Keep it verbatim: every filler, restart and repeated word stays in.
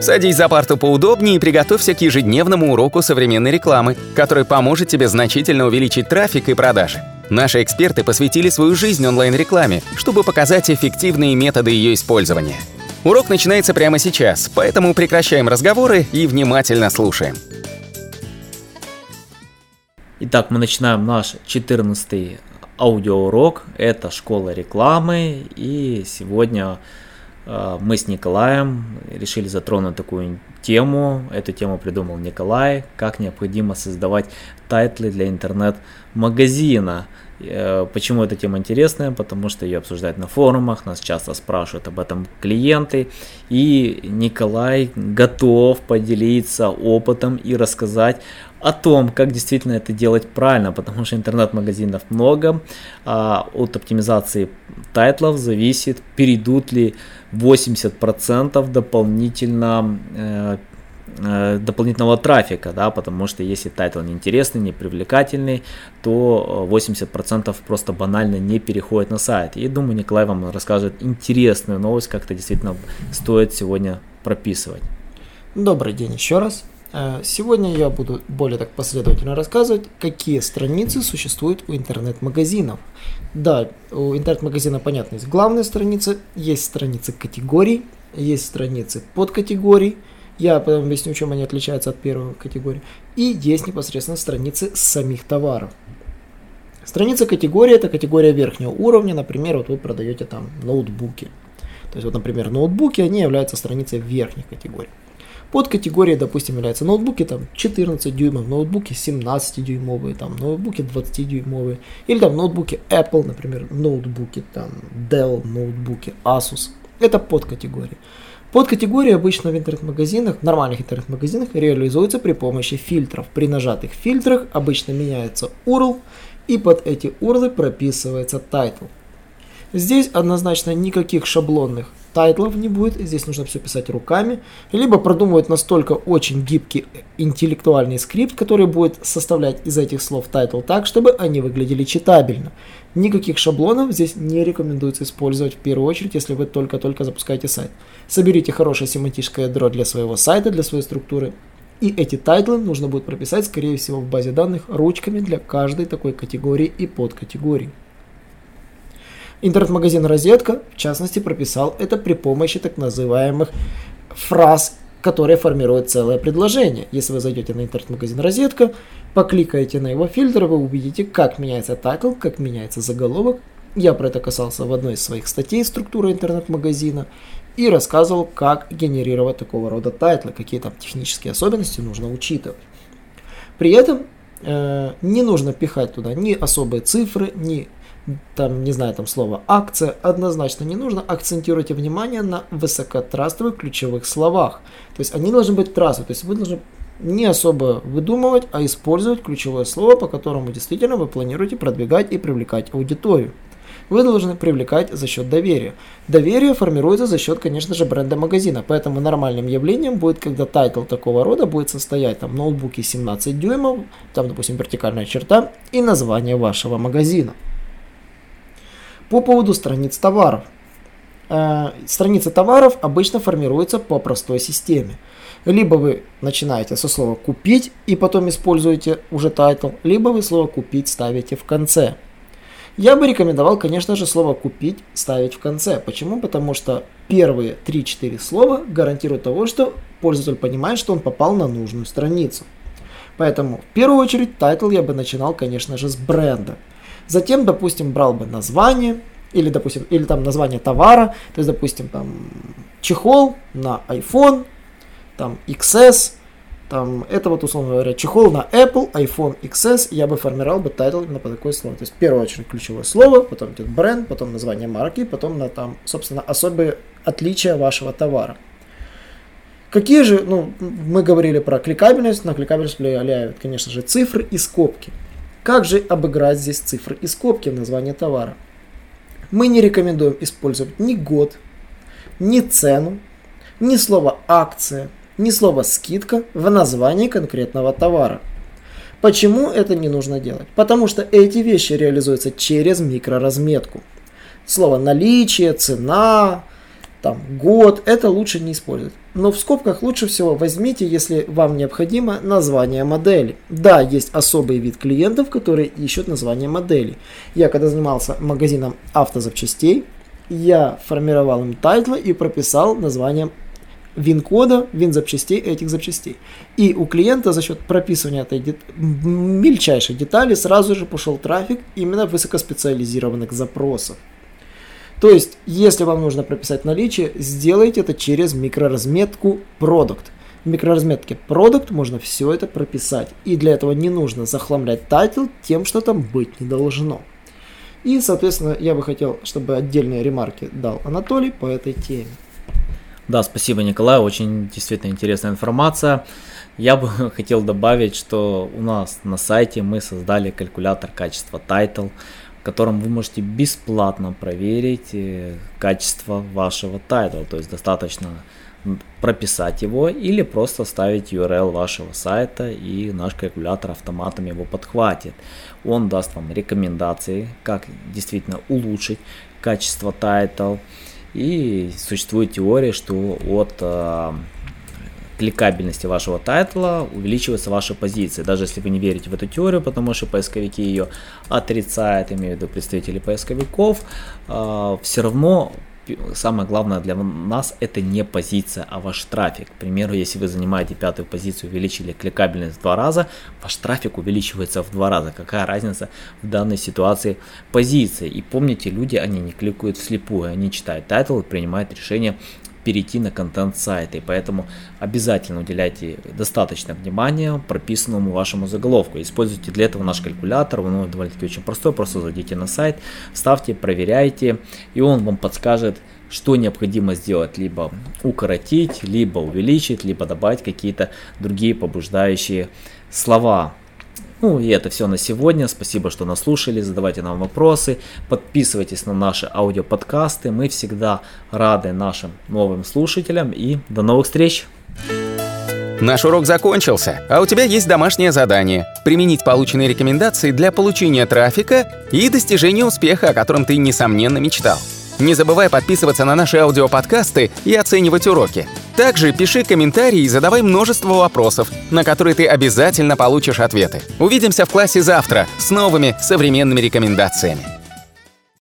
Садись за парту поудобнее и приготовься к ежедневному уроку современной рекламы, который поможет тебе значительно увеличить трафик и продажи. Наши эксперты посвятили свою жизнь онлайн-рекламе, чтобы показать эффективные методы ее использования. Урок начинается прямо сейчас, поэтому прекращаем разговоры и внимательно слушаем. Итак, мы начинаем наш четырнадцатый аудиоурок. Это школа рекламы. И сегодня э, мы с Николаем решили затронуть такую тему. Эту тему придумал Николай. Как необходимо создавать тайтлы для интернет-магазина. Э, почему эта тема интересная? Потому что ее обсуждают на форумах. Нас часто спрашивают об этом клиенты. И Николай готов поделиться опытом и рассказать о том, как действительно это делать правильно, потому что интернет-магазинов много, а от оптимизации тайтлов зависит, перейдут ли восемьдесят процентов дополнительно, э, э, дополнительного трафика, да, потому что если тайтл неинтересный, не привлекательный, то восемьдесят процентов просто банально не переходит на сайт. И думаю, Николай вам расскажет интересную новость, как это действительно стоит сегодня прописывать. Добрый день еще раз. Сегодня я буду более так последовательно рассказывать, какие страницы существуют у интернет-магазинов. Да, у интернет-магазина, понятно, есть главные страницы, есть страницы категорий, есть страницы подкатегорий. Я потом объясню, чем они отличаются от первой категории. И есть непосредственно страницы самих товаров. Страница категории – это категория верхнего уровня. Например, вот вы продаете там ноутбуки. То есть, вот, например, ноутбуки, они являются страницей верхней категории. Под категорией, допустим, являются ноутбуки там четырнадцать дюймов, ноутбуки семнадцатидюймовые, там ноутбуки двадцатидюймовые, или там ноутбуки Apple, например, ноутбуки там Dell, ноутбуки Asus. Это подкатегории. Подкатегории обычно в интернет-магазинах, в нормальных интернет-магазинах реализуются при помощи фильтров. При нажатых фильтрах обычно меняется ю ар эл, и под эти ю ар эл прописывается тайтл. Здесь однозначно никаких шаблонных тайтлов не будет, здесь нужно все писать руками, либо продумывать настолько очень гибкий интеллектуальный скрипт, который будет составлять из этих слов тайтл так, чтобы они выглядели читабельно. Никаких шаблонов здесь не рекомендуется использовать в первую очередь, если вы только-только запускаете сайт. Соберите хорошее семантическое ядро для своего сайта, для своей структуры, и эти тайтлы нужно будет прописать, скорее всего, в базе данных ручками для каждой такой категории и подкатегории. Интернет-магазин «Розетка», в частности, прописал это при помощи так называемых фраз, которые формируют целое предложение. Если вы зайдете на интернет-магазин «Розетка», покликаете на его фильтр, вы увидите, как меняется тайтл, как меняется заголовок. Я про это касался в одной из своих статей «Структура интернет-магазина» и рассказывал, как генерировать такого рода тайтлы, какие там технические особенности нужно учитывать. При этом э, не нужно пихать туда ни особые цифры, ни там, не знаю, там слово акция, однозначно не нужно. Акцентируйте внимание на высокотрастовых ключевых словах. То есть они должны быть трастовые. То есть вы должны не особо выдумывать, а использовать ключевое слово, по которому действительно вы планируете продвигать и привлекать аудиторию. Вы должны привлекать за счет доверия. Доверие формируется за счет, конечно же, бренда магазина. Поэтому нормальным явлением будет, когда тайтл такого рода будет состоять там ноутбуки семнадцать дюймов, там, допустим, вертикальная черта и название вашего магазина. По поводу страниц товаров. Э, страницы товаров обычно формируются по простой системе. Либо вы начинаете со слова «купить» и потом используете уже тайтл, либо вы слово «купить» ставите в конце. Я бы рекомендовал, конечно же, слово «купить» ставить в конце. Почему? Потому что первые три-четыре слова гарантируют того, что пользователь понимает, что он попал на нужную страницу. Поэтому в первую очередь тайтл я бы начинал, конечно же, с бренда. Затем, допустим, брал бы название, или, допустим, или там название товара, то есть, допустим, там чехол на iPhone, там икс эс, там, это вот, условно говоря, чехол на Apple, iPhone икс эс, я бы формировал бы тайтл именно по такое слово. То есть, в первую очередь, ключевое слово, потом идет бренд, потом название марки, потом, на, там, собственно, особые отличия вашего товара. Какие же, ну, мы говорили про кликабельность, на кликабельность влияют, конечно же, цифры и скобки. Как же обыграть здесь цифры и скобки в названии товара? Мы не рекомендуем использовать ни год, ни цену, ни слово акция, ни слово скидка в названии конкретного товара. Почему это не нужно делать? Потому что эти вещи реализуются через микроразметку. Слово наличие, цена, там год, это лучше не использовать. Но в скобках лучше всего возьмите, если вам необходимо, название модели. Да, есть особый вид клиентов, которые ищут название модели. Я когда занимался магазином автозапчастей, я формировал им тайтлы и прописал название вин-кода, вин-запчастей этих запчастей. И у клиента за счет прописывания этой дет... мельчайшей детали сразу же пошел трафик именно высокоспециализированных запросов. То есть, если вам нужно прописать наличие, сделайте это через микроразметку Product. В микроразметке Product можно все это прописать. И для этого не нужно захламлять тайтл тем, что там быть не должно. И, соответственно, я бы хотел, чтобы отдельные ремарки дал Анатолий по этой теме. Да, спасибо, Николай, очень действительно интересная информация. Я бы хотел добавить, что у нас на сайте мы создали калькулятор качества Title, в котором вы можете бесплатно проверить качество вашего тайтла. То есть достаточно прописать его или просто ставить ю ар эл вашего сайта, и наш калькулятор автоматом его подхватит. Он даст вам рекомендации, как действительно улучшить качество тайтл. И существует теория, что от э, кликабельности вашего тайтла увеличивается ваша позиция. Даже если вы не верите в эту теорию, потому что поисковики ее отрицают, имею в виду представители поисковиков, э, все равно самое главное для нас это не позиция, а ваш трафик. К примеру, если вы занимаете пятую позицию, увеличили кликабельность в два раза, ваш трафик увеличивается в два раза. Какая разница в данной ситуации позиции? И помните, люди, они не кликают вслепую, они читают тайтл и принимают решение перейти на контент сайта, и поэтому обязательно уделяйте достаточно внимания прописанному вашему заголовку. Используйте для этого наш калькулятор, он довольно-таки очень простой, просто зайдите на сайт, ставьте, проверяйте, и он вам подскажет, что необходимо сделать, либо укоротить, либо увеличить, либо добавить какие-то другие побуждающие слова. Ну и это все на сегодня. Спасибо, что нас слушали. Задавайте нам вопросы. Подписывайтесь на наши аудиоподкасты. Мы всегда рады нашим новым слушателям. И до новых встреч! Наш урок закончился, а у тебя есть домашнее задание – применить полученные рекомендации для получения трафика и достижения успеха, о котором ты, несомненно, мечтал. Не забывай подписываться на наши аудиоподкасты и оценивать уроки. Также пиши комментарии и задавай множество вопросов, на которые ты обязательно получишь ответы. Увидимся в классе завтра с новыми современными рекомендациями.